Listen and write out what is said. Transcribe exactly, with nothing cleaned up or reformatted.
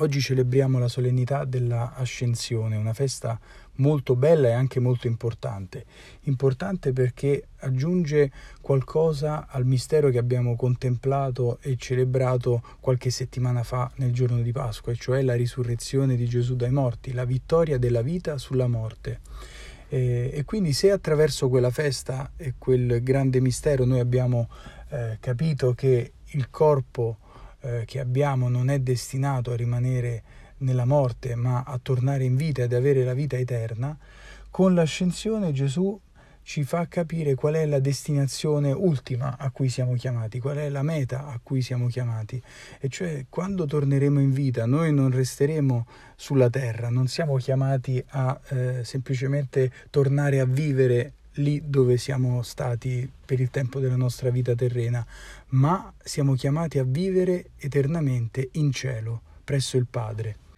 Oggi celebriamo la solennità della Ascensione, una festa molto bella e anche molto importante. Importante perché aggiunge qualcosa al mistero che abbiamo contemplato e celebrato qualche settimana fa nel giorno di Pasqua, e cioè la risurrezione di Gesù dai morti, la vittoria della vita sulla morte. E, e quindi se attraverso quella festa e quel grande mistero noi abbiamo eh, capito che il corpo eh, che abbiamo non è destinato a rimanere nella morte ma a tornare in vita ed avere la vita eterna, con l'ascensione Gesù ci fa capire qual è la destinazione ultima a cui siamo chiamati, qual è la meta a cui siamo chiamati, e cioè quando torneremo in vita noi non resteremo sulla terra, non siamo chiamati a eh, semplicemente tornare a vivere lì dove siamo stati per il tempo della nostra vita terrena, ma siamo chiamati a vivere eternamente in cielo, presso il Padre.